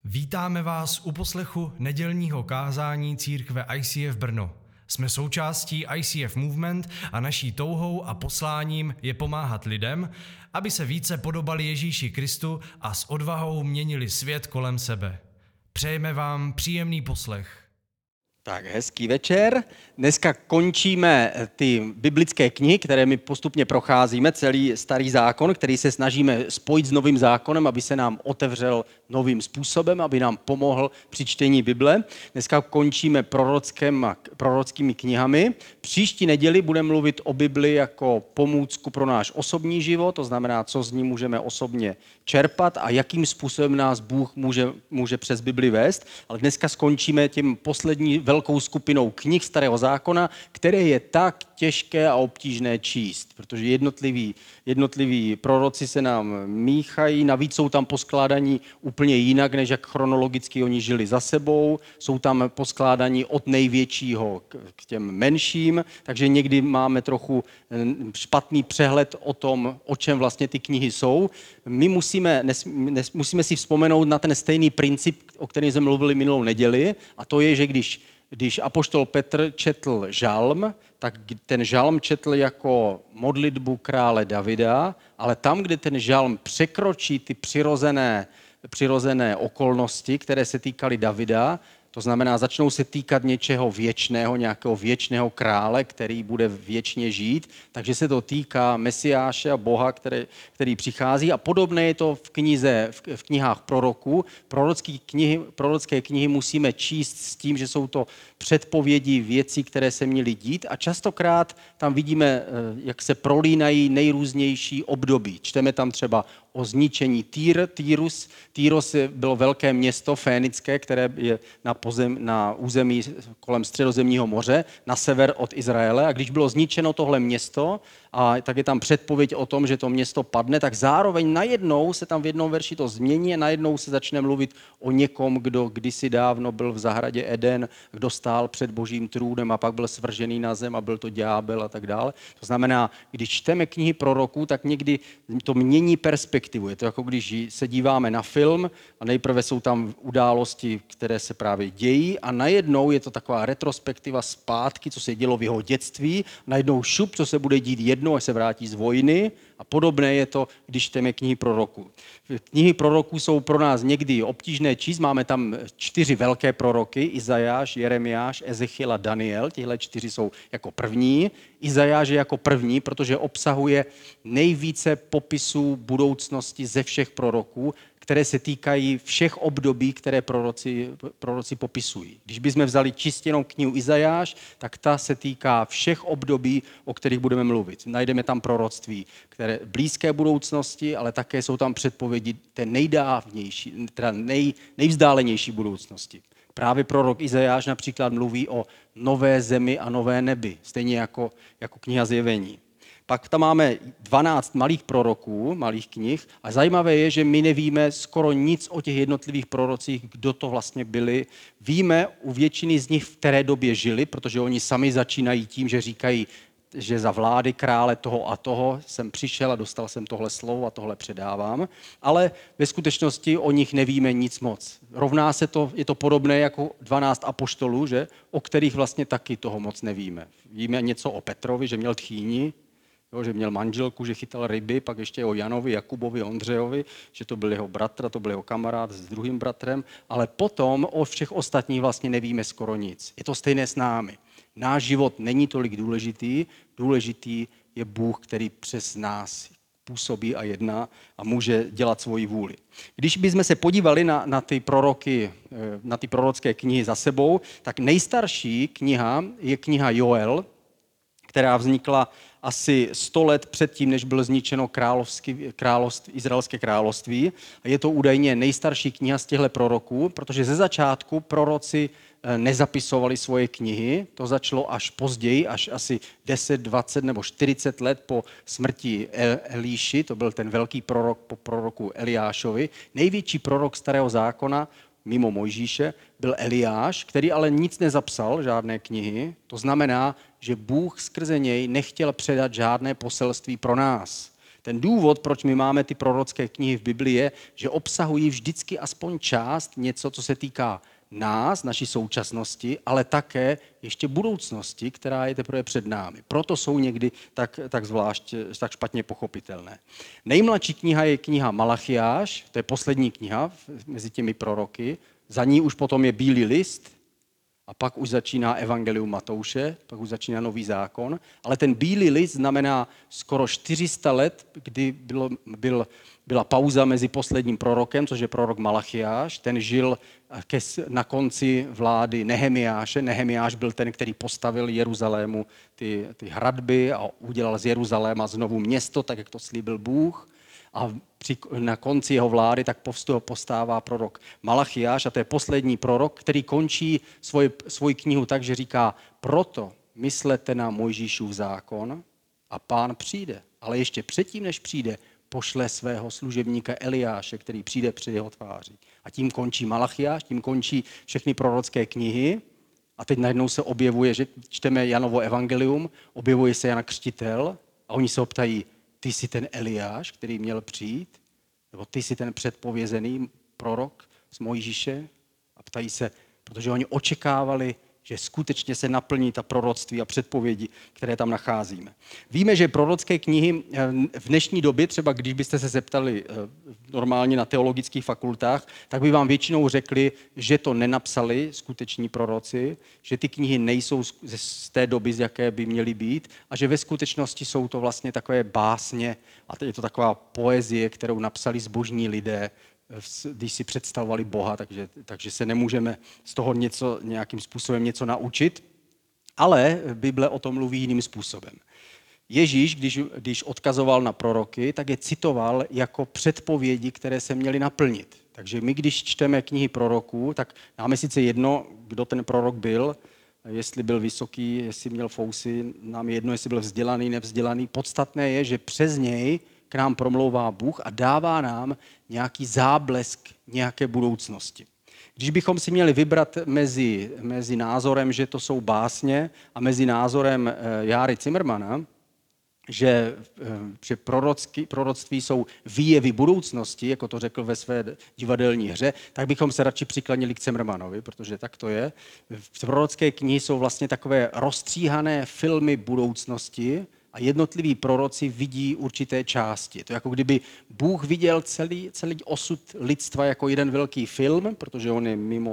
Vítáme vás u poslechu nedělního kázání církve ICF Brno. Jsme součástí ICF Movement a naší touhou a posláním je pomáhat lidem, aby se více podobali Ježíši Kristu a s odvahou měnili svět kolem sebe. Přejeme vám příjemný poslech. Tak, hezký večer. Dneska končíme ty biblické knihy, které my postupně procházíme, celý Starý zákon, který se snažíme spojit s Novým zákonem, aby se nám otevřel novým způsobem, aby nám pomohl při čtení Bible. Dneska končíme prorockými knihami. Příští neděli budeme mluvit o Bibli jako pomůcku pro náš osobní život, to znamená, co z ní můžeme osobně čerpat a jakým způsobem nás Bůh může přes Bibli vést. Ale dneska skončíme tím poslední velkou skupinou knih Starého zákona, které je tak těžké a obtížné číst, protože jednotliví proroci se nám míchají, navíc jsou tam poskládaní úplně jinak, než jak chronologicky oni žili za sebou, jsou tam poskládaní od největšího k těm menším, takže někdy máme trochu špatný přehled o tom, o čem vlastně ty knihy jsou. My musíme si vzpomenout na ten stejný princip, o kterém jsme mluvili minulou neděli, a to je, že když apoštol Petr četl žalm, tak ten žalm četl jako modlitbu krále Davida, ale tam, kde ten žalm překročí ty přirozené okolnosti, které se týkaly Davida, to znamená, začnou se týkat něčeho věčného, nějakého věčného krále, který bude věčně žít, takže se to týká Mesiáše a Boha, který přichází. A podobné je to v knihách proroků. Prorocké knihy musíme číst s tím, že jsou to předpovědi věcí, které se měly dít, a častokrát tam vidíme, jak se prolínají nejrůznější období. Čteme tam třeba o zničení Týros bylo velké město fénické, které je na území kolem Středozemního moře, na sever od Izraele. A když bylo zničeno tohle město, a tak je tam předpověď o tom, že to město padne, tak zároveň najednou se tam v jednom verši to změní a najednou se začne mluvit o někom, kdo kdysi dávno byl v zahradě Eden, kdo stál před Božím trůnem a pak byl svržený na zem a byl to ďábel a tak dále. To znamená, když čteme knihy proroků, tak někdy to mění perspektivu. Je to jako když se díváme na film a nejprve jsou tam události, které se právě dějí, a najednou je to taková retrospektiva zpátky, co se dělo v jeho dětství, najednou šup, co se bude dít jednou, až se vrátí z vojny, a podobné je to, když čteme knihy proroků. Knihy proroků jsou pro nás někdy obtížné číst, máme tam 4 velké proroky, Izajáš, Jeremiáš, Ezechiel a Daniel, tihle 4 jsou jako první. Izajáš je jako první, protože obsahuje nejvíce popisů budoucnosti ze všech proroků, které se týkají všech období, které proroci popisují. Když bychom vzali čistě jenom knihu Izajáš, tak ta se týká všech období, o kterých budeme mluvit. Najdeme tam proroctví, které blízké budoucnosti, ale také jsou tam předpovědi té nejdávnější, teda nejvzdálenější budoucnosti. Právě prorok Izajáš například mluví o nové zemi a nové nebi, stejně jako kniha Zjevení. Pak tam máme 12 malých proroků, malých knih, a zajímavé je, že my nevíme skoro nic o těch jednotlivých prorocích, kdo to vlastně byli. Víme u většiny z nich, v které době žili, protože oni sami začínají tím, že říkají, že za vlády krále toho a toho jsem přišel a dostal jsem tohle slovo a tohle předávám, ale ve skutečnosti o nich nevíme nic moc. Je to podobné jako 12 apoštolů, že? O kterých vlastně taky toho moc nevíme. Víme něco o Petrovi, že měl tchýni, že měl manželku, že chytal ryby, pak ještě o Janovi, Jakubovi, Ondřejovi, že to byl jeho bratr, to byl jeho kamarád s druhým bratrem, ale potom o všech ostatních vlastně nevíme skoro nic. Je to stejné s námi. Náš život není tolik důležitý je Bůh, který přes nás působí a jedná a může dělat svoji vůli. Když bychom se podívali na ty prorocké knihy za sebou, tak nejstarší kniha je kniha Joel, která vznikla asi 100 let předtím, než bylo zničeno izraelské království. A je to údajně nejstarší kniha z těchto proroků, protože ze začátku proroci nezapisovali svoje knihy. To začalo až později, až asi 10, 20 nebo 40 let po smrti Elíši. To byl ten velký prorok po proroku Eliášovi. Největší prorok Starého zákona mimo Mojžíše byl Eliáš, který ale nic nezapsal, žádné knihy. To znamená, že Bůh skrze něj nechtěl předat žádné poselství pro nás. Ten důvod, proč my máme ty prorocké knihy v Biblii, je, že obsahují vždycky aspoň část něco, co se týká nás, naší současnosti, ale také ještě budoucnosti, která je teprve před námi. Proto jsou někdy tak špatně pochopitelné. Nejmladší kniha je kniha Malachiáš, to je poslední kniha mezi těmi proroky, za ní už potom je Bílý list, a pak už začíná Evangelium Matouše, pak už začíná Nový zákon, ale ten Bílý list znamená skoro 400 let, kdy byla pauza mezi posledním prorokem, což je prorok Malachiáš, ten žil na konci vlády Nehemiáše. Nehemiáš byl ten, který postavil Jeruzalému ty hradby a udělal z Jeruzaléma znovu město, tak jak to slíbil Bůh. A na konci jeho vlády tak postává prorok Malachiáš a to je poslední prorok, který končí svoji knihu tak, že říká, proto myslete na Mojžíšův zákon a Pán přijde. Ale ještě předtím, než přijde, pošle svého služebníka Eliáše, který přijde před jeho tváří. A tím končí Malachiáš, tím končí všechny prorocké knihy. A teď najednou se objevuje, že čteme Janovo evangelium, objevuje se Jan Křtitel a oni se ho ptají, ty jsi ten Eliáš, který měl přijít? Nebo ty jsi ten předpovězený prorok z Mojžíše? A ptají se, protože oni očekávali, že skutečně se naplní ta proroctví a předpovědi, které tam nacházíme. Víme, že prorocké knihy v dnešní době, třeba když byste se zeptali normálně na teologických fakultách, tak by vám většinou řekli, že to nenapsali skuteční proroci, že ty knihy nejsou z té doby, z jaké by měly být a že ve skutečnosti jsou to vlastně takové básně a je to taková poezie, kterou napsali zbožní lidé, když si představovali Boha, takže se nemůžeme z toho nějakým způsobem něco naučit, ale Bible o tom mluví jiným způsobem. Ježíš, když odkazoval na proroky, tak je citoval jako předpovědi, které se měly naplnit. Takže my, když čteme knihy proroků, tak nám je sice jedno, kdo ten prorok byl, jestli byl vysoký, jestli měl fousy, nám je jedno, jestli byl vzdělaný, nevzdělaný. Podstatné je, že přes něj k nám promlouvá Bůh a dává nám nějaký záblesk nějaké budoucnosti. Když bychom si měli vybrat mezi názorem, že to jsou básně a mezi názorem Járy Zimmermana, že proroctví jsou výjevy budoucnosti, jako to řekl ve své divadelní hře, tak bychom se radši přiklanili k Zimmermanovi, protože tak to je. Prorocké knihy jsou vlastně takové rozstříhané filmy budoucnosti, a jednotliví proroci vidí určité části. To je jako kdyby Bůh viděl celý osud lidstva jako jeden velký film, protože on je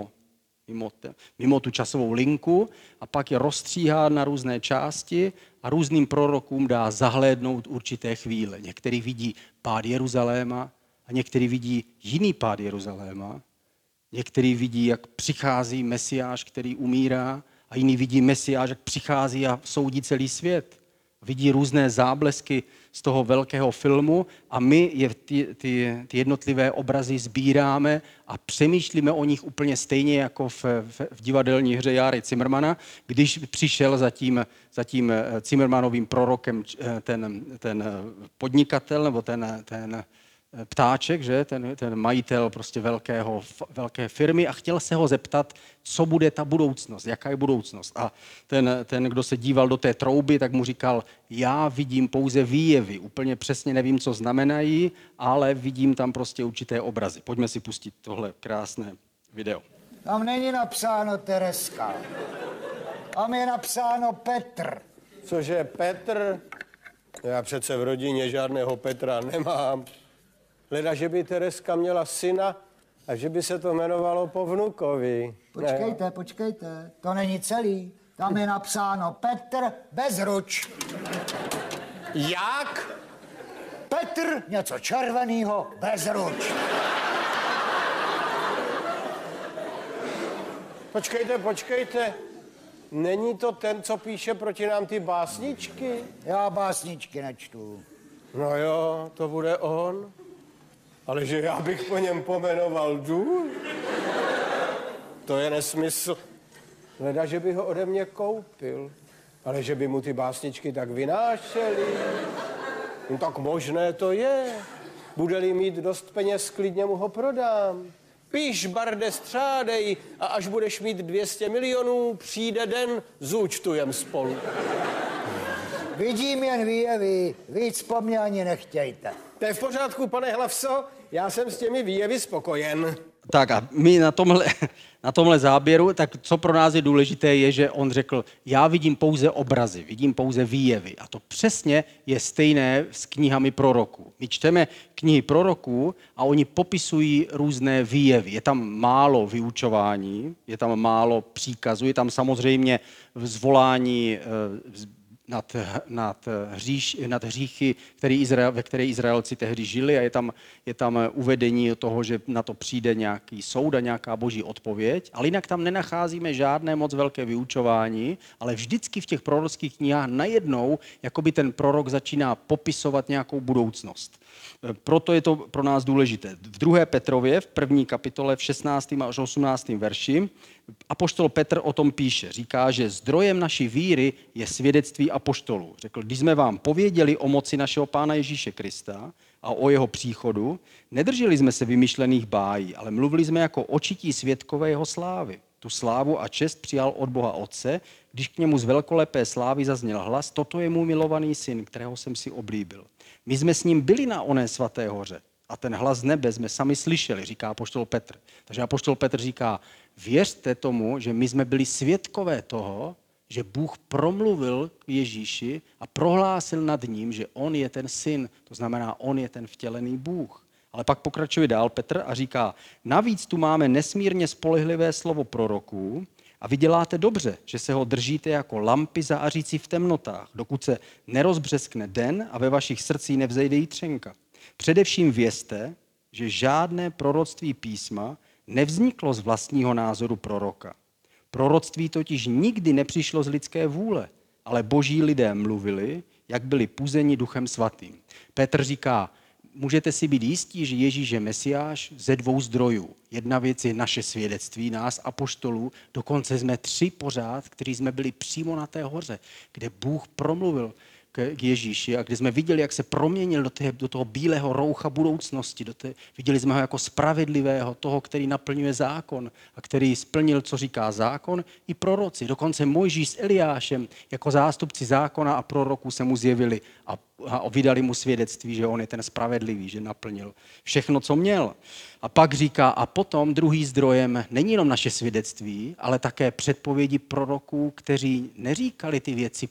mimo tu časovou linku a pak je rozstříhá na různé části a různým prorokům dá zahlédnout určité chvíle. Některý vidí pád Jeruzaléma a některý vidí jiný pád Jeruzaléma. Některý vidí, jak přichází Mesiáš, který umírá a jiný vidí Mesiáš, jak přichází a soudí celý svět. Vidí různé záblesky z toho velkého filmu a my ty jednotlivé obrazy sbíráme a přemýšlíme o nich úplně stejně jako v divadelní hře Járy Zimmermana, když přišel za tím Zimmermanovým prorokem ten podnikatel nebo ten ptáček, že? Ten majitel prostě velké firmy a chtěl se ho zeptat, co bude ta budoucnost, jaká je budoucnost. A ten, kdo se díval do té trouby, tak mu říkal, já vidím pouze výjevy, úplně přesně nevím, co znamenají, ale vidím tam prostě určité obrazy. Pojďme si pustit tohle krásné video. Tam není napsáno Tereska, tam je napsáno Petr. Cože Petr? Já přece v rodině žádného Petra nemám. Leda, že by Tereska měla syna a že by se to jmenovalo po vnukovi. Počkejte, to není celý. Tam je napsáno Petr Bezruč. Jak? Petr, něco červenýho, Bezruč. Počkejte. Není to ten, co píše proti nám ty básničky? Já básničky nečtu. No jo, to bude on. Ale že já bych po něm pomenoval důl? To je nesmysl. Leda, že by ho ode mě koupil. Ale že by mu ty básničky tak vynášely. No tak možné to je. Bude-li mít dost peněz, klidně mu ho prodám. Píš, barde, střádej a až budeš mít 200 milionů, přijde den, zúčtujem spolu. Vidím jen výjevy, víc po mně ani nechtějte. To je v pořádku, pane Hlavso, já jsem s těmi výjevy spokojen. Tak a my na tomhle záběru, tak co pro nás je důležité, je, že on řekl, já vidím pouze obrazy, vidím pouze výjevy. A to přesně je stejné s knihami proroků. My čteme knihy proroků a oni popisují různé výjevy. Je tam málo vyučování, je tam málo příkazů, je tam samozřejmě zvolání nad hříchy, ve které Izraelci tehdy žili, a je tam uvedení toho, že na to přijde nějaký soud a nějaká boží odpověď, ale jinak tam nenacházíme žádné moc velké vyučování, ale vždycky v těch prorockých knihách najednou jakoby ten prorok začíná popisovat nějakou budoucnost. Proto je to pro nás důležité. V 2. Petrově, v 1. kapitole, v 16. až 18. verši, apoštol Petr o tom píše. Říká, že zdrojem naší víry je svědectví apoštolů. Řekl, když jsme vám pověděli o moci našeho Pána Ježíše Krista a o jeho příchodu, nedrželi jsme se vymyšlených bájí, ale mluvili jsme jako očití svědkové jeho slávy. Tu slávu a čest přijal od Boha Otce, když k němu z velkolepé slávy zazněl hlas, toto je můj milovaný syn, kterého jsem si oblíbil. My jsme s ním byli na oné svaté hoře a ten hlas z nebe jsme sami slyšeli, říká apoštol Petr. Takže apoštol Petr říká, věřte tomu, že my jsme byli svědkové toho, že Bůh promluvil k Ježíši a prohlásil nad ním, že on je ten syn, to znamená, on je ten vtělený Bůh. Ale pak pokračuje dál Petr a říká, navíc tu máme nesmírně spolehlivé slovo proroků a vy děláte dobře, že se ho držíte jako lampy zářící v temnotách, dokud se nerozbřeskne den a ve vašich srdcích nevzejde jitřenka. Především vězte, že žádné proroctví písma nevzniklo z vlastního názoru proroka. Proroctví totiž nikdy nepřišlo z lidské vůle, ale boží lidé mluvili, jak byli puzeni Duchem Svatým. Petr říká, můžete si být jistí, že Ježíš je Mesiáš ze 2 zdrojů. Jedna věc je naše svědectví, nás apoštolů, dokonce jsme 3 pořád, kteří jsme byli přímo na té hoře, kde Bůh promluvil k Ježíši a kde jsme viděli, jak se proměnil do toho bílého roucha budoucnosti. Viděli jsme ho jako spravedlivého, toho, který naplňuje zákon a který splnil, co říká zákon, i proroci. Dokonce Mojžíš s Eliášem jako zástupci zákona a proroků se mu zjevili a vydali mu svědectví, že on je ten spravedlivý, že naplnil všechno, co měl. A pak říká, a potom druhý zdrojem není jenom naše svědectví, ale také předpovědi proroků, kteří neříkali ty věci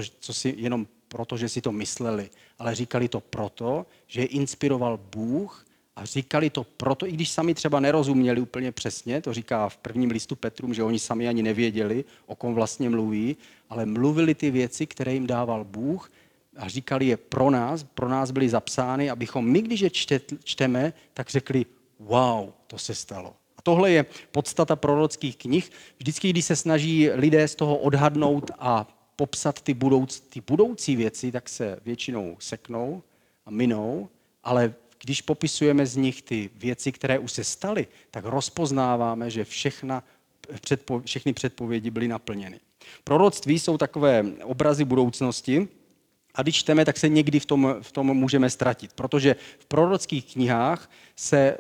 proto, že si to mysleli, ale říkali to proto, že je inspiroval Bůh a říkali to proto, i když sami třeba nerozuměli úplně přesně, to říká v 1. listu Petrum, že oni sami ani nevěděli, o kom vlastně mluví, ale mluvili ty věci, které jim dával Bůh a říkali je pro nás byly zapsány, abychom my, když je čteme, tak řekli, wow, to se stalo. A tohle je podstata prorockých knih. Vždycky, když se snaží lidé z toho odhadnout a popsat ty budoucí věci, tak se většinou seknou a minou, ale když popisujeme z nich ty věci, které už se staly, tak rozpoznáváme, že všechny předpovědi byly naplněny. Proroctví jsou takové obrazy budoucnosti a když čteme, tak se někdy v tom můžeme ztratit, protože v prorockých knihách se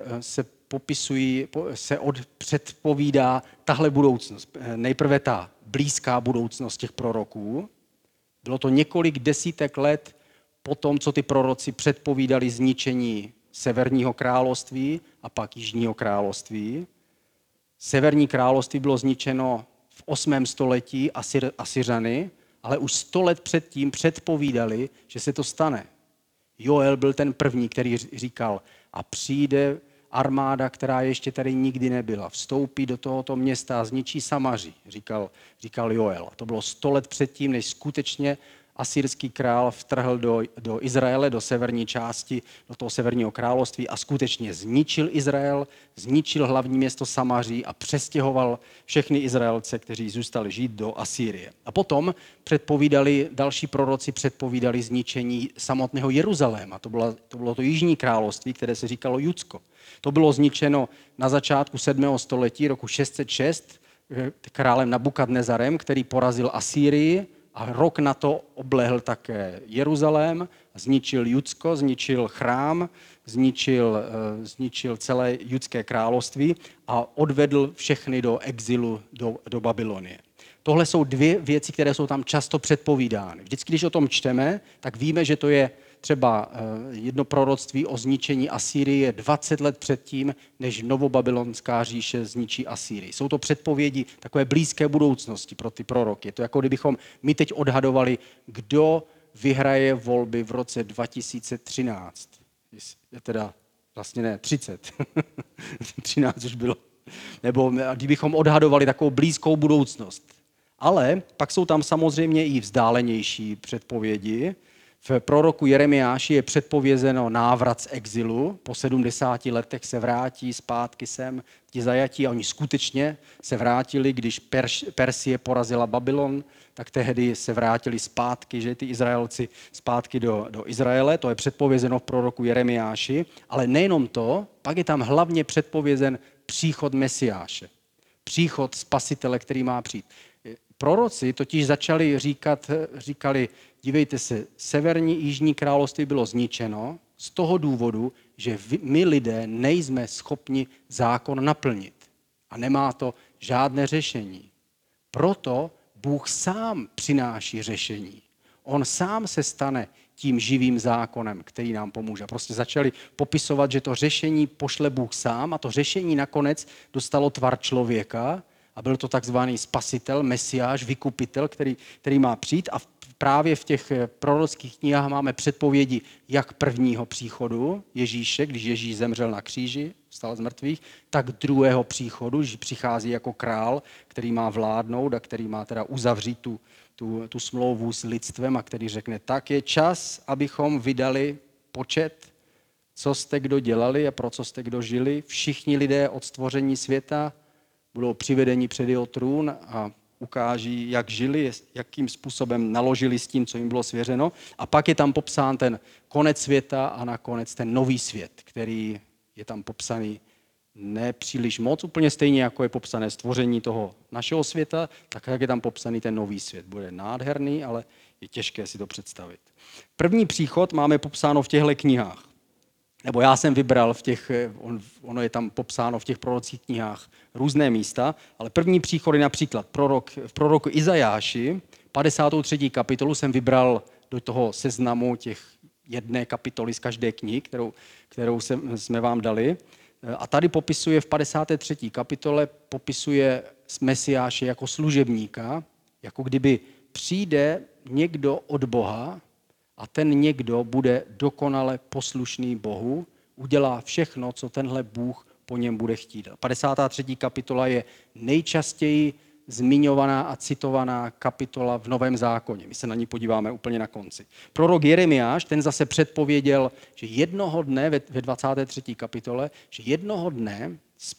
předpovídá tahle budoucnost. Nejprve ta blízká budoucnost těch proroků. Bylo to několik desítek let po tom, co ty proroci předpovídali zničení Severního království a pak Jižního království. Severní království bylo zničeno v 8. století Asyřany, ale už 100 let předtím předpovídali, že se to stane. Joel byl ten první, který říkal, a přijde armáda, která ještě tady nikdy nebyla, vstoupí do tohoto města a zničí Samaří, říkal Joel. A to bylo 100 let předtím, než skutečně asyrský král vtrhl do Izraele, do severní části, do toho severního království a skutečně zničil Izrael, zničil hlavní město Samaří a přestěhoval všechny Izraelce, kteří zůstali žít, do Asýrie. A potom další proroci předpovídali zničení samotného Jeruzaléma. To bylo to jižní království, které se říkalo Judsko. To bylo zničeno na začátku 7. století, roku 606, králem Nabukadnezarem, který porazil Asýrii a rok na to oblehl také Jeruzalém, zničil Judsko, zničil chrám, zničil celé judské království a odvedl všechny do exilu do Babylonie. Tohle jsou dvě věci, které jsou tam často předpovídány. Vždycky, když o tom čteme, tak víme, že to je třeba jedno proroctví o zničení Asýrie 20 let předtím, než novobabylonská říše zničí Asýrii. Jsou to předpovědi takové blízké budoucnosti pro ty proroky. Je to jako kdybychom my teď odhadovali, kdo vyhraje volby v roce 2013. Teda vlastně ne, 30. 13 už bylo. Nebo kdybychom odhadovali takovou blízkou budoucnost. Ale pak jsou tam samozřejmě i vzdálenější předpovědi. V proroku Jeremiáši je předpovězeno návrat z exilu. Po 70 letech se vrátí zpátky sem ti zajatí a oni skutečně se vrátili, když Persie porazila Babylon, tak tehdy se vrátili zpátky, že ty Izraelci zpátky do Izraele. To je předpovězeno v proroku Jeremiáši. Ale nejenom to, pak je tam hlavně předpovězen příchod Mesiáše. Příchod Spasitele, který má přijít. Proroci totiž začali říkali, dívejte se, severní jižní království bylo zničeno z toho důvodu, že my lidé nejsme schopni zákon naplnit. A nemá to žádné řešení. Proto Bůh sám přináší řešení. On sám se stane tím živým zákonem, který nám pomůže. Prostě začali popisovat, že to řešení pošle Bůh sám a to řešení nakonec dostalo tvar člověka a byl to takzvaný spasitel, mesiáš, vykupitel, který má přijít a právě v těch prorockých knihách máme předpovědi jak prvního příchodu Ježíše, když Ježíš zemřel na kříži, vstal z mrtvých, tak druhého příchodu, že přichází jako král, který má vládnout a který má teda uzavřít tu smlouvu s lidstvem a který řekne, tak je čas, abychom vydali počet, co jste kdo dělali a pro co jste kdo žili. Všichni lidé od stvoření světa budou přivedeni před jeho trůn a ukáží, jak žili, jakým způsobem naložili s tím, co jim bylo svěřeno. A pak je tam popsán ten konec světa a nakonec ten nový svět, který je tam popsaný nepříliš moc, úplně stejně jako je popsané stvoření toho našeho světa, tak jak je tam popsaný ten nový svět. Bude nádherný, ale je těžké si to představit. První příchod máme popsáno v těchto knihách. Nebo já jsem vybral ono je tam popsáno v těch prorockých knihách různé místa, ale první příchod je například v proroku Izajáši, 53. kapitolu jsem vybral do toho seznamu těch jedné kapitoly z každé knihy, kterou jsme vám dali. A tady popisuje v 53. kapitole popisuje Mesiáše jako služebníka, jako kdyby přijde někdo od Boha a ten někdo bude dokonale poslušný Bohu, udělá všechno, co tenhle Bůh po něm bude chtít. 53. kapitola je nejčastěji zmiňovaná a citovaná kapitola v Novém zákoně. My se na ní podíváme úplně na konci. Prorok Jeremiáš, ten zase předpověděl, že jednoho dne ve 23. kapitole, že jednoho dne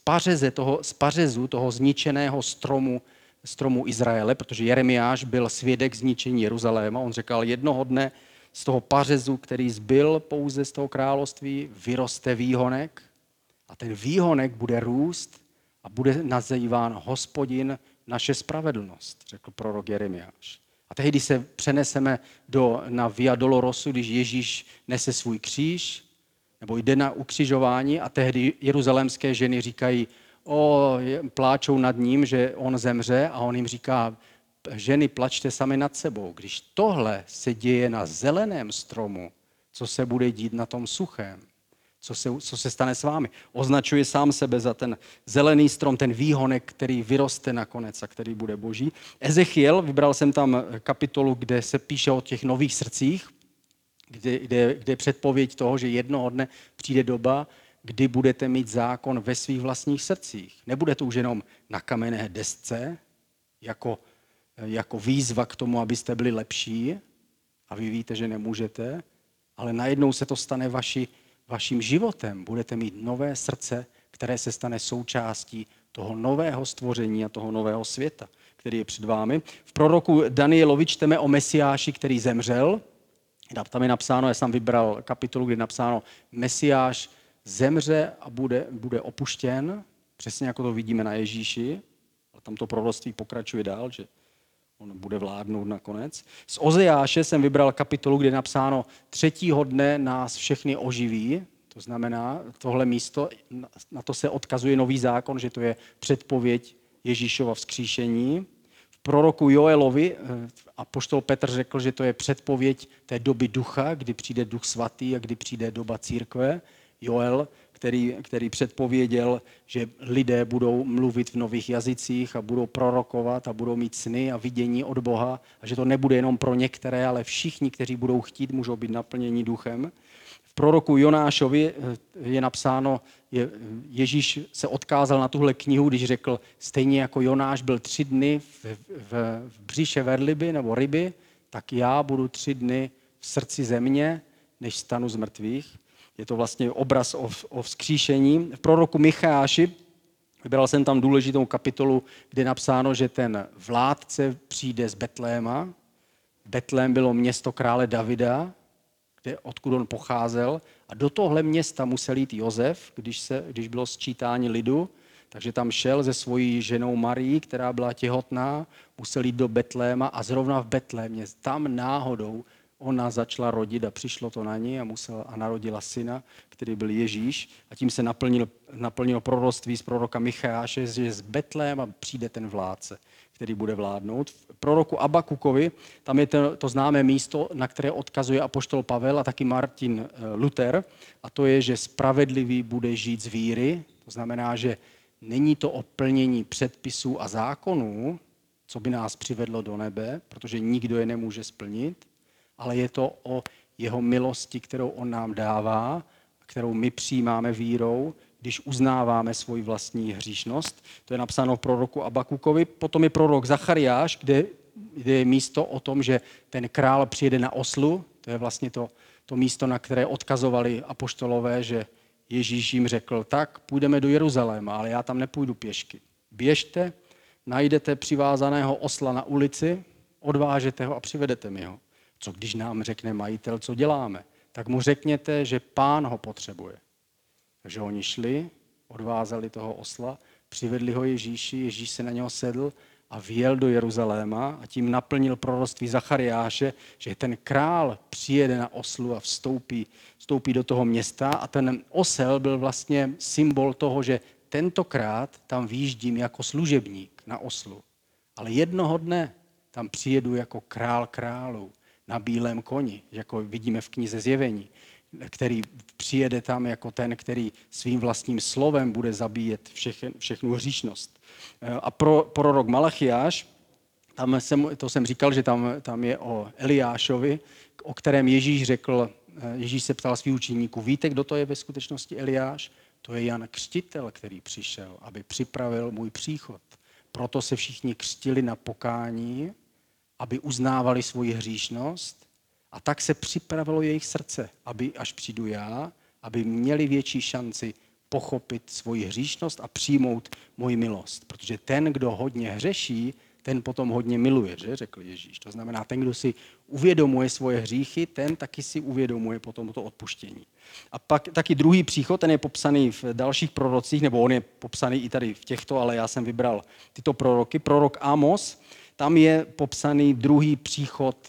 z pařezu toho zničeného stromu Izraele, protože Jeremiáš byl svědek zničení Jeruzaléma, on řekl, jednoho dne z toho pařezu, který zbyl pouze z toho království, vyroste výhonek a ten výhonek bude růst a bude nazýván Hospodin naše spravedlnost, řekl prorok Jeremiáš. A tehdy se přeneseme na Via Dolorosu, když Ježíš nese svůj kříž, nebo jde na ukřižování a tehdy jeruzalémské ženy říkají, pláčou nad ním, že on zemře a on jim říká, ženy, plačte sami nad sebou. Když tohle se děje na zeleném stromu, co se bude dít na tom suchém? Co se stane s vámi? Označuje sám sebe za ten zelený strom, ten výhonek, který vyroste nakonec a který bude boží. Ezechiel, vybral jsem tam kapitolu, kde se píše o těch nových srdcích, kde je předpověď toho, že jednoho dne přijde doba, kdy budete mít zákon ve svých vlastních srdcích. Nebude to už jenom na kamenné desce, jako výzva k tomu, abyste byli lepší a vy víte, že nemůžete, ale najednou se to stane vaším životem. Budete mít nové srdce, které se stane součástí toho nového stvoření a toho nového světa, který je před vámi. V proroku Danielovi čteme o Mesiáši, který zemřel. Tam je napsáno, já jsem vybral kapitolu, kde je napsáno, Mesiáš zemře a bude opuštěn, přesně jako to vidíme na Ježíši, ale tam to proroctví pokračuje dál, že on bude vládnout nakonec. Z Ozeáše jsem vybral kapitolu, kde je napsáno, třetího dne nás všechny oživí, to znamená tohle místo, na to se odkazuje nový zákon, že to je předpověď Ježíšova vzkříšení. V proroku Joelovi apoštol Petr řekl, že to je předpověď té doby ducha, kdy přijde duch svatý a kdy přijde doba církve. Joel, který předpověděl, že lidé budou mluvit v nových jazycích a budou prorokovat a budou mít sny a vidění od Boha a že to nebude jenom pro některé, ale všichni, kteří budou chtít, můžou být naplněni duchem. V proroku Jonášovi je napsáno, Ježíš se odkázal na tuhle knihu, když řekl, stejně jako Jonáš byl 3 dny v břiše velryby nebo ryby, tak já budu 3 dny v srdci země, než stanu z mrtvých. Je to vlastně obraz o vzkříšení. V proroku Micheáši, vybral jsem tam důležitou kapitolu, kde je napsáno, že ten vládce přijde z Betléma. Betlém bylo město krále Davida, odkud on pocházel. A do tohle města musel jít Josef, když bylo sčítání lidu. Takže tam šel se svojí ženou Marií, která byla těhotná, musel jít do Betléma a zrovna v Betlémě, tam náhodou ona začala rodit a přišlo to na ní a narodila syna, který byl Ježíš. A tím se naplnilo proroctví z proroka Micheáše, že z Betléma přijde ten vládce, který bude vládnout. V proroku Abakukovi, tam je to známé místo, na které odkazuje apoštol Pavel a taky Martin Luther. A to je, že spravedlivý bude žít z víry. To znamená, že není to o plnění předpisů a zákonů, co by nás přivedlo do nebe, protože nikdo je nemůže splnit, ale je to o jeho milosti, kterou on nám dává, kterou my přijímáme vírou, když uznáváme svoji vlastní hříšnost. To je napsáno v proroku Abakukovi. Potom je prorok Zachariáš, kde je místo o tom, že ten král přijede na oslu. To je vlastně to místo, na které odkazovali apoštolové, že Ježíš jim řekl, tak půjdeme do Jeruzaléma, ale já tam nepůjdu pěšky. Běžte, najdete přivázaného osla na ulici, odvážete ho a přivedete mi ho. Co když nám řekne majitel, co děláme? Tak mu řekněte, že pán ho potřebuje. Takže oni šli, odvázali toho osla, přivedli ho Ježíši, Ježíš se na něho sedl a vjel do Jeruzaléma a tím naplnil proroctví Zachariáše, že ten král přijede na oslu a vstoupí do toho města a ten osel byl vlastně symbol toho, že tentokrát tam výjíždím jako služebník na oslu. Ale jednoho dne tam přijedu jako král králů na bílém koni, jako vidíme v knize Zjevení, který přijede tam jako ten, který svým vlastním slovem bude zabíjet všechnu hříšnost. A prorok Malachiáš, to jsem říkal, že tam je o Eliášovi, o kterém Ježíš se ptal svých učeníků, víte, kdo to je ve skutečnosti Eliáš? To je Jan Křtitel, který přišel, aby připravil můj příchod. Proto se všichni křtili na pokání, aby uznávali svoji hříšnost a tak se připravilo jejich srdce, aby až přijdu já, aby měli větší šanci pochopit svoji hříšnost a přijmout moji milost. Protože ten, kdo hodně hřeší, ten potom hodně miluje, že? Řekl Ježíš. To znamená, ten, kdo si uvědomuje svoje hříchy, ten taky si uvědomuje potom to odpuštění. A pak taky druhý příchod, ten je popsaný v dalších prorocích, nebo on je popsaný i tady v těchto, ale já jsem vybral tyto proroky. Prorok Amos, tam je popsaný druhý příchod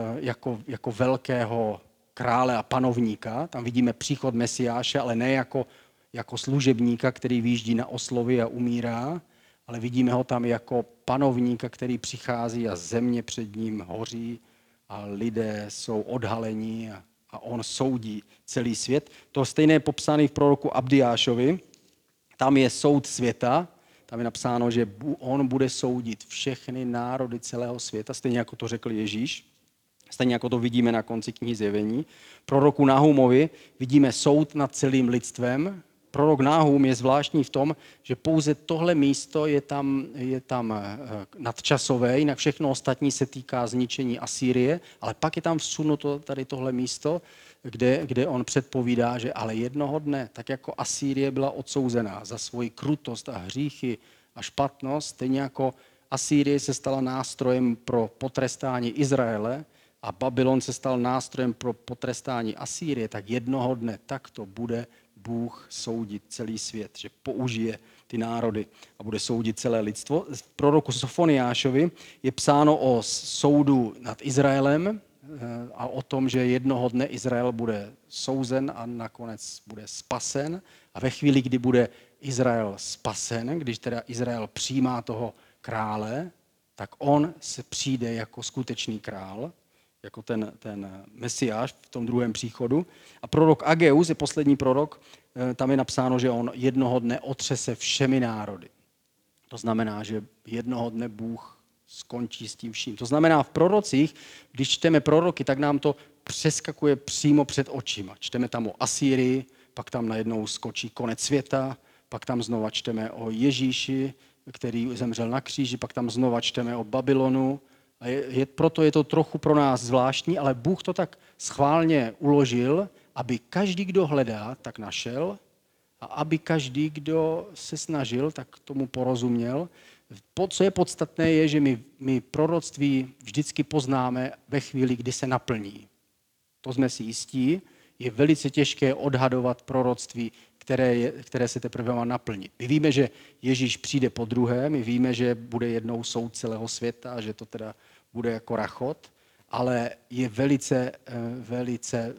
jako velkého krále a panovníka. Tam vidíme příchod Mesiáše, ale ne jako služebníka, který vyjíždí na oslovy a umírá, ale vidíme ho tam jako panovníka, který přichází a země před ním hoří a lidé jsou odhalení a on soudí celý svět. To stejné je popsané v proroku Abdiášovi. Tam je soud světa. Tam je napsáno, že on bude soudit všechny národy celého světa, stejně jako to řekl Ježíš, stejně jako to vidíme na konci knihy Zjevení. Proroku Nahumovi vidíme soud nad celým lidstvem. Prorok Nahum je zvláštní v tom, že pouze tohle místo je tam nadčasové, jinak všechno ostatní se týká zničení Asýrie, ale pak je tam vsunuto tady tohle místo, kde on předpovídá, že ale jednoho dne, tak jako Asýrie byla odsouzená za svoji krutost a hříchy a špatnost, stejně jako Asýrie se stala nástrojem pro potrestání Izraele a Babylon se stal nástrojem pro potrestání Asýrie, tak jednoho dne takto bude Bůh soudit celý svět, že použije ty národy a bude soudit celé lidstvo. V proroku Sofoniášovi je psáno o soudu nad Izraelem a o tom, že jednoho dne Izrael bude souzen a nakonec bude spasen. A ve chvíli, kdy bude Izrael spasen, když teda Izrael přijímá toho krále, tak on se přijde jako skutečný král, jako ten Mesiáš v tom druhém příchodu. A prorok Ageus je poslední prorok, tam je napsáno, že on jednoho dne otřese všemi národy. To znamená, že jednoho dne Bůh skončí s tím vším. To znamená, v prorocích, když čteme proroky, tak nám to přeskakuje přímo před očima. Čteme tam o Asýrii, pak tam najednou skočí konec světa, pak tam znova čteme o Ježíši, který zemřel na kříži, pak tam znova čteme o Babylonu. A proto je to trochu pro nás zvláštní, ale Bůh to tak schválně uložil, aby každý, kdo hledá, tak našel a aby každý, kdo se snažil, tak tomu porozuměl. Co je podstatné, je, že my proroctví vždycky poznáme ve chvíli, kdy se naplní. To jsme si jistí. Je velice těžké odhadovat proroctví, které se teprve má naplnit. My víme, že Ježíš přijde po druhé, my víme, že bude jednou soud celého světa, že to teda bude jako rachot, ale je velice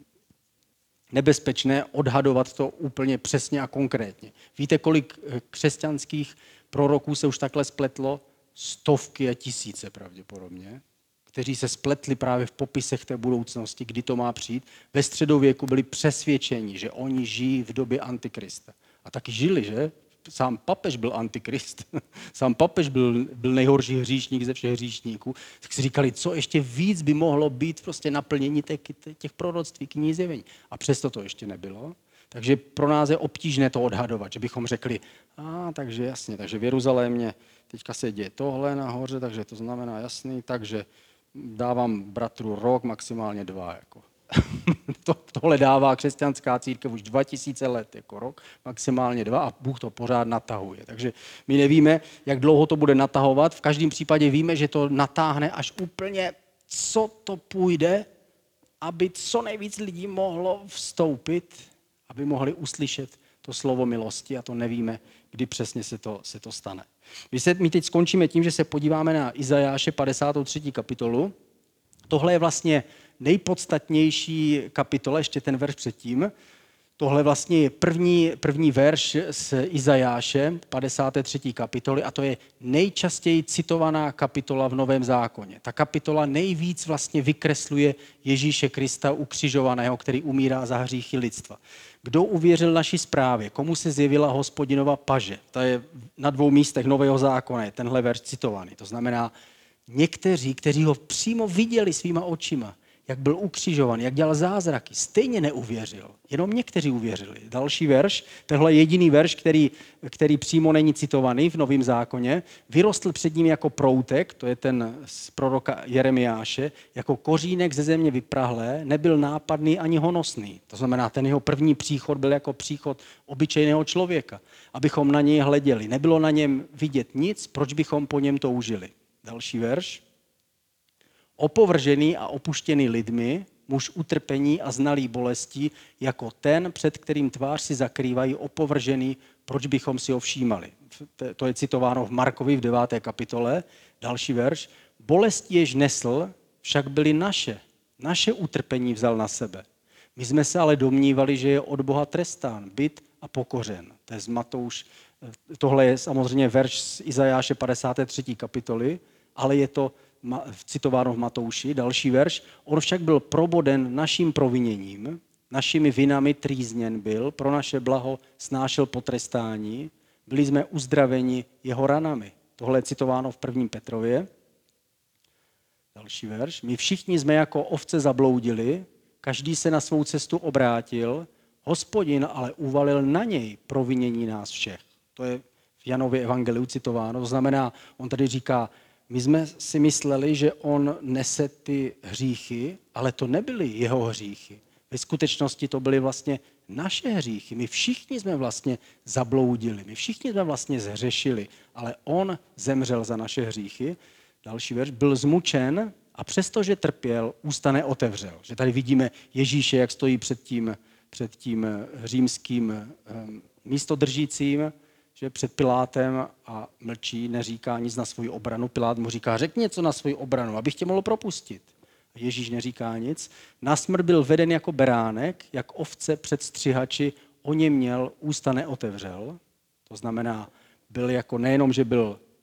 nebezpečné odhadovat to úplně přesně a konkrétně. Víte, kolik křesťanských proroků se už takhle spletlo? Stovky a tisíce pravděpodobně, kteří se spletli právě v popisech té budoucnosti, kdy to má přijít. Ve středověku byli přesvědčeni, že oni žijí v době Antikrista. A taky žili, že? Sám papež byl Antikrist. Sám papež byl nejhorší hříšník ze všech hříšníků. Tak si říkali, co ještě víc by mohlo být prostě naplnění těch proroctví, knihy Zjevení. A přesto to ještě nebylo. Takže pro nás je obtížné to odhadovat, že bychom řekli, takže jasně, takže v Jeruzalémě teďka se děje tohle nahoře, takže to znamená jasný, takže dávám bratru rok, maximálně 2. Jako. Tohle dává křesťanská církev už 2000 let, jako rok, maximálně 2 a Bůh to pořád natahuje. Takže my nevíme, jak dlouho to bude natahovat, v každém případě víme, že to natáhne až úplně, co to půjde, aby co nejvíc lidí mohlo vstoupit, aby mohli uslyšet to slovo milosti a to nevíme, kdy přesně se to stane. My teď skončíme tím, že se podíváme na Izajáše 53. kapitolu. Tohle je vlastně nejpodstatnější kapitola, ještě ten verš předtím. Tohle vlastně je první verš z Izajáše 53. kapitoly a to je nejčastěji citovaná kapitola v Novém zákoně. Ta kapitola nejvíc vlastně vykresluje Ježíše Krista ukřižovaného, který umírá za hříchy lidstva. Kdo uvěřil naší zprávě? Komu se zjevila Hospodinova paže? To je na 2 místech Nového zákona, je tenhle verš citovaný. To znamená, někteří, kteří ho přímo viděli svýma očima, jak byl ukřižovan, jak dělal zázraky, stejně neuvěřil. Jenom někteří uvěřili. Další verš, tohle je jediný verš, který přímo není citovaný v Novém zákoně, vyrostl před ním jako proutek, to je ten z proroka Jeremiáše, jako kořínek ze země vyprahlé, nebyl nápadný ani honosný. To znamená, ten jeho první příchod byl jako příchod obyčejného člověka, abychom na něj hleděli. Nebylo na něm vidět nic, proč bychom po něm toužili. Další verš. Opovržený a opuštěný lidmi, muž utrpení a znalý bolestí, jako ten, před kterým tvář si zakrývají, opovržený, proč bychom si ho všímali. To je citováno v Markovi v 9. kapitole. Další verš. Bolesti jež nesl, však byly naše utrpení vzal na sebe. My jsme se ale domnívali, že je od Boha trestán, bit a pokořen. To je z Matouš. Tohle je samozřejmě verš z Izajáše 53. kapitoly, ale je to citováno v Matouši, další verš. On však byl proboden naším proviněním, našimi vinami trýzněn byl, pro naše blaho snášel potrestání, byli jsme uzdraveni jeho ranami. Tohle je citováno v 1. Petrově. Další verš. My všichni jsme jako ovce zabloudili, každý se na svou cestu obrátil, Hospodin ale uvalil na něj provinění nás všech. To je v Janově evangeliu citováno, to znamená, on tady říká, my jsme si mysleli, že on nese ty hříchy, ale to nebyly jeho hříchy. Ve skutečnosti to byly vlastně naše hříchy. My všichni jsme vlastně zabloudili, my všichni jsme vlastně zhřešili, ale on zemřel za naše hříchy. Další verš, byl zmučen a přestože trpěl, ústa neotevřel. Že tady vidíme Ježíše, jak stojí před tím římským místodržícím, že před Pilátem a mlčí, neříká nic na svoji obranu. Pilát mu říká, řekni něco na svoji obranu, abych tě mohl propustit. A Ježíš neříká nic. Na smrt byl veden jako beránek, jak ovce před střihači, o něm měl, ústa neotevřel. To znamená, byl jako nejenom, že byl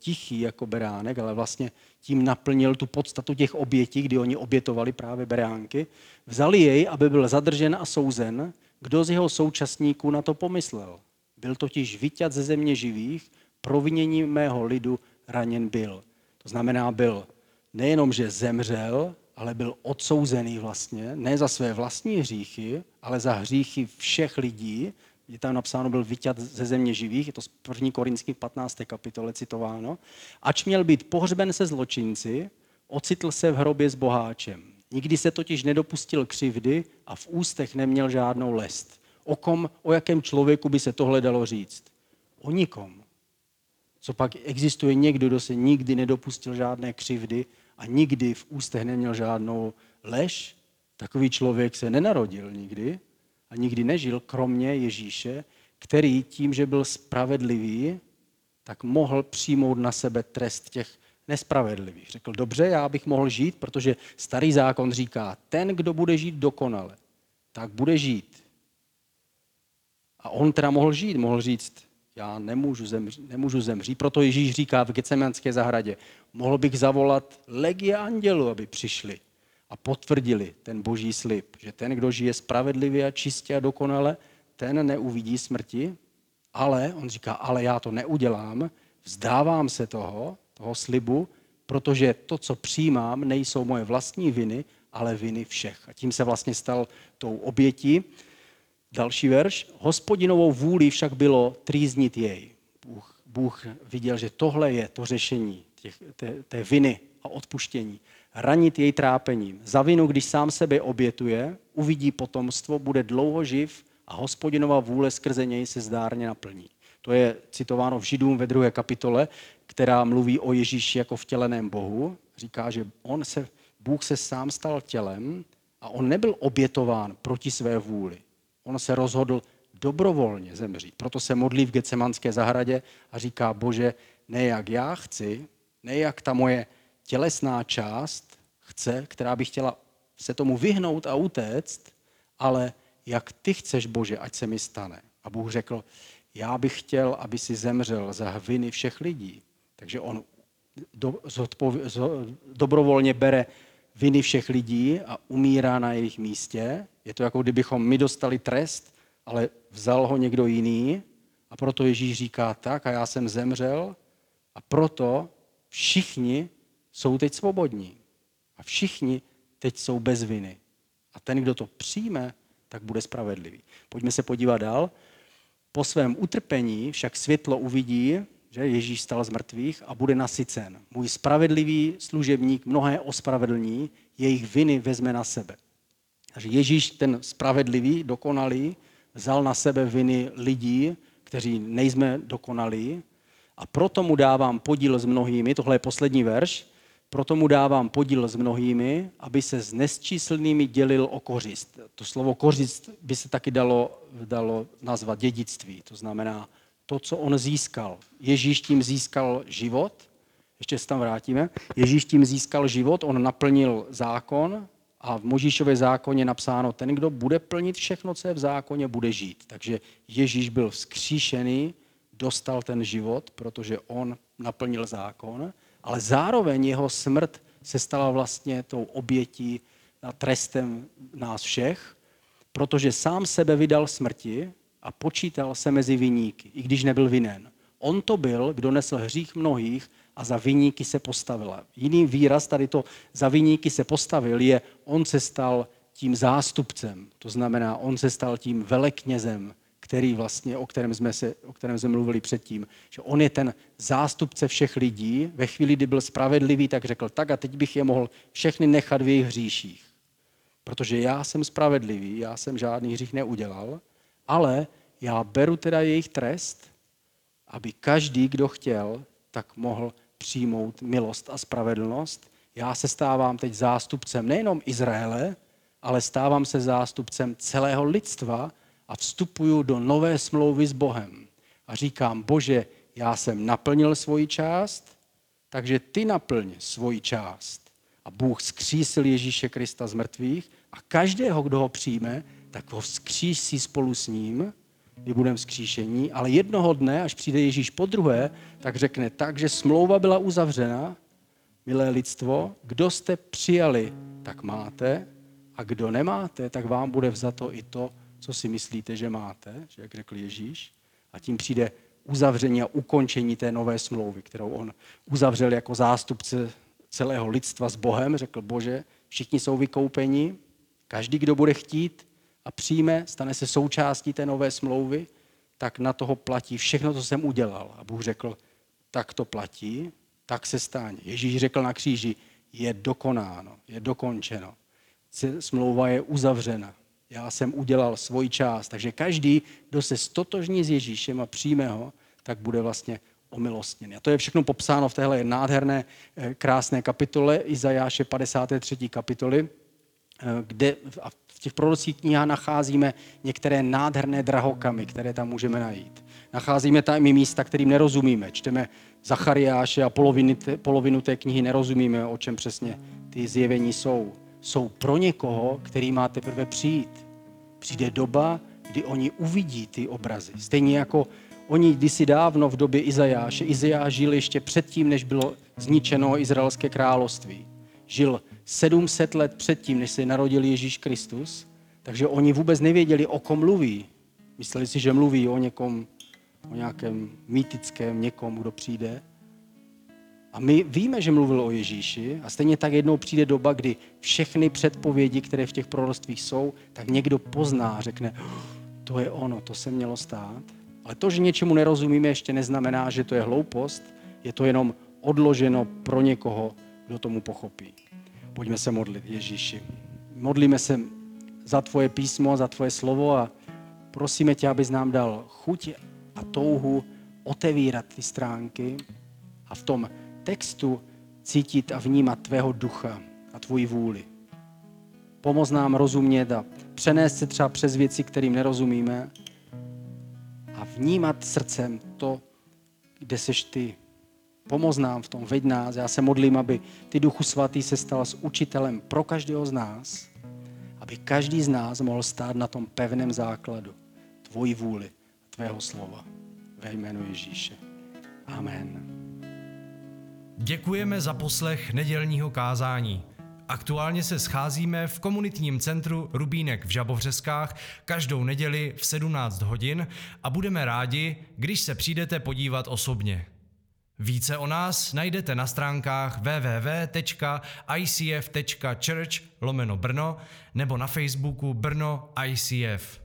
tichý jako beránek, ale vlastně tím naplnil tu podstatu těch obětí, kdy oni obětovali právě beránky. Vzali jej, aby byl zadržen a souzen. Kdo z jeho současníků na to pomyslel? Byl totiž vyťat ze země živých, provinění mého lidu raněn byl. To znamená, byl nejenom, že zemřel, ale byl odsouzený vlastně, ne za své vlastní hříchy, ale za hříchy všech lidí. Je tam napsáno, byl vyťat ze země živých, je to z 1. Korinských 15. kapitole citováno. Ač měl být pohřben se zločinci, ocitl se v hrobě s boháčem. Nikdy se totiž nedopustil křivdy a v ústech neměl žádnou lest. O jakém člověku by se tohle dalo říct? O nikom. Co pak existuje někdo, kdo se nikdy nedopustil žádné křivdy a nikdy v ústech neměl žádnou lež? Takový člověk se nenarodil nikdy a nikdy nežil, kromě Ježíše, který tím, že byl spravedlivý, tak mohl přijmout na sebe trest těch nespravedlivých. Řekl, dobře, já bych mohl žít, protože starý zákon říká, ten, kdo bude žít dokonale, tak bude žít. A on teda mohl říct, já nemůžu zemřít. Proto Ježíš říká v Getsemanské zahradě, mohl bych zavolat legie andělů, aby přišli a potvrdili ten boží slib, že ten, kdo žije spravedlivě a čistě a dokonale, ten neuvidí smrti, ale, on říká, ale já to neudělám, vzdávám se toho slibu, protože to, co přijímám, nejsou moje vlastní viny, ale viny všech. A tím se vlastně stal tou obětí. Další verš. Hospodinovou vůli však bylo trýznit jej. Bůh viděl, že tohle je to řešení té viny a odpuštění. Ranit jej trápením. Za vinu, když sám sebe obětuje, uvidí potomstvo, bude dlouho živ a Hospodinova vůle skrze něj se zdárně naplní. To je citováno v Židům ve 2. kapitole, která mluví o Ježíši jako vtěleném Bohu. Říká, že Bůh se sám stal tělem a on nebyl obětován proti své vůli. On se rozhodl dobrovolně zemřít. Proto se modlí v Getsemanské zahradě a říká, Bože, ne jak já chci, ne jak ta moje tělesná část chce, která by chtěla se tomu vyhnout a utéct, ale jak ty chceš, Bože, ať se mi stane. A Bůh řekl, já bych chtěl, aby si zemřel za viny všech lidí. Takže on dobrovolně bere viny všech lidí a umírá na jejich místě. Je to jako kdybychom my dostali trest, ale vzal ho někdo jiný a proto Ježíš říká tak a já jsem zemřel a proto všichni jsou teď svobodní a všichni teď jsou bez viny. A ten, kdo to přijme, tak bude spravedlivý. Pojďme se podívat dál. Po svém utrpení však světlo uvidí, že Ježíš stal z mrtvých a bude nasycen. Můj spravedlivý služebník mnohé ospravedlní, jejich viny vezme na sebe. Takže Ježíš, ten spravedlivý, dokonalý, vzal na sebe viny lidí, kteří nejsme dokonalí a proto mu dávám podíl s mnohými, tohle je poslední verš, proto mu dávám podíl s mnohými, aby se s nesčíslnými dělil o kořist. To slovo kořist by se taky dalo nazvat dědictví, to znamená to, co on získal. Ježíš tím získal život, ještě se tam vrátíme, Ježíš tím získal život, on naplnil zákon a v Mojžíšově zákoně napsáno, ten, kdo bude plnit všechno, co je v zákoně, bude žít. Takže Ježíš byl vzkříšený, dostal ten život, protože on naplnil zákon, ale zároveň jeho smrt se stala vlastně tou obětí a trestem nás všech, protože sám sebe vydal smrti a počítal se mezi viníky, i když nebyl vinen. On to byl, kdo nesl hřích mnohých a za viníky se postavil. Jiný výraz tady to za viníky se postavil je, on se stal tím zástupcem, to znamená, on se stal tím veleknězem, který vlastně, o kterém jsme mluvili předtím, že on je ten zástupce všech lidí, ve chvíli, kdy byl spravedlivý, tak řekl, tak a teď bych je mohl všechny nechat v jejich hříších. Protože já jsem spravedlivý, já jsem žádný hřích neudělal, ale já beru teda jejich trest, aby každý, kdo chtěl, tak mohl přijmout milost a spravedlnost. Já se stávám teď zástupcem nejenom Izraele, ale stávám se zástupcem celého lidstva a vstupuju do nové smlouvy s Bohem. A říkám, Bože, já jsem naplnil svoji část, takže ty naplň svoji část. A Bůh vzkřísil Ježíše Krista z mrtvých a každého, kdo ho přijme, tak ho vzkřísí spolu s ním kdy budeme vzkříšení, ale jednoho dne, až přijde Ježíš podruhé, tak řekne tak, že smlouva byla uzavřena, milé lidstvo, kdo jste přijali, tak máte, a kdo nemáte, tak vám bude vzato i to, co si myslíte, že máte, že jak řekl Ježíš. A tím přijde uzavření a ukončení té nové smlouvy, kterou on uzavřel jako zástupce celého lidstva s Bohem. Řekl, Bože, všichni jsou vykoupeni, každý, kdo bude chtít a přijme, stane se součástí té nové smlouvy, tak na toho platí všechno, co jsem udělal. A Bůh řekl, tak to platí, tak se stane. Ježíš řekl na kříži, je dokonáno, je dokončeno. Smlouva je uzavřena. Já jsem udělal svoji část. Takže každý, kdo se stotožní s Ježíšem a přijme ho, tak bude vlastně omilostněn. A to je všechno popsáno v téhle nádherné, krásné kapitole Izajáše 53. kapitoly, kde v těch prorockých knihách nacházíme některé nádherné drahokamy, které tam můžeme najít. Nacházíme tam i místa, kterým nerozumíme. Čteme Zachariáše a polovinu té knihy nerozumíme, o čem přesně ty zjevení jsou. Jsou pro někoho, který má teprve přijít. Přijde doba, kdy oni uvidí ty obrazy. Stejně jako oni kdysi dávno v době Izajáše. Izajáš žil ještě předtím, než bylo zničeno Izraelské království. Žil 700 let předtím, než se narodil Ježíš Kristus. Takže oni vůbec nevěděli, o kom mluví. Mysleli si, že mluví o někom, o nějakém mýtickém někom, kdo přijde. A my víme, že mluvil o Ježíši a stejně tak jednou přijde doba, kdy všechny předpovědi, které v těch proroctvích jsou, tak někdo pozná a řekne, to je ono, to se mělo stát. Ale to, že něčemu nerozumíme, ještě neznamená, že to je hloupost, je to jenom odloženo pro někoho, kdo tomu pochopí. Pojďme se modlit, Ježíši. Modlíme se za tvoje písmo, za tvoje slovo a prosíme tě, abys nám dal chuť a touhu otevírat ty stránky a v tom textu cítit a vnímat tvého ducha a tvoji vůli. Pomoz nám rozumět a přenést se třeba přes věci, kterým nerozumíme a vnímat srdcem to, kde seš ty. Pomoz nám v tom, veď nás. Já se modlím, aby ty Duchu Svatý se stal s učitelem pro každého z nás, aby každý z nás mohl stát na tom pevném základu tvojí vůli, tvého slova. Ve jménu Ježíše. Amen. Děkujeme za poslech nedělního kázání. Aktuálně se scházíme v komunitním centru Rubínek v Žabovřeskách každou neděli v 17 hodin a budeme rádi, když se přijdete podívat osobně. Více o nás najdete na stránkách www.icf.church/Brno nebo na Facebooku Brno ICF.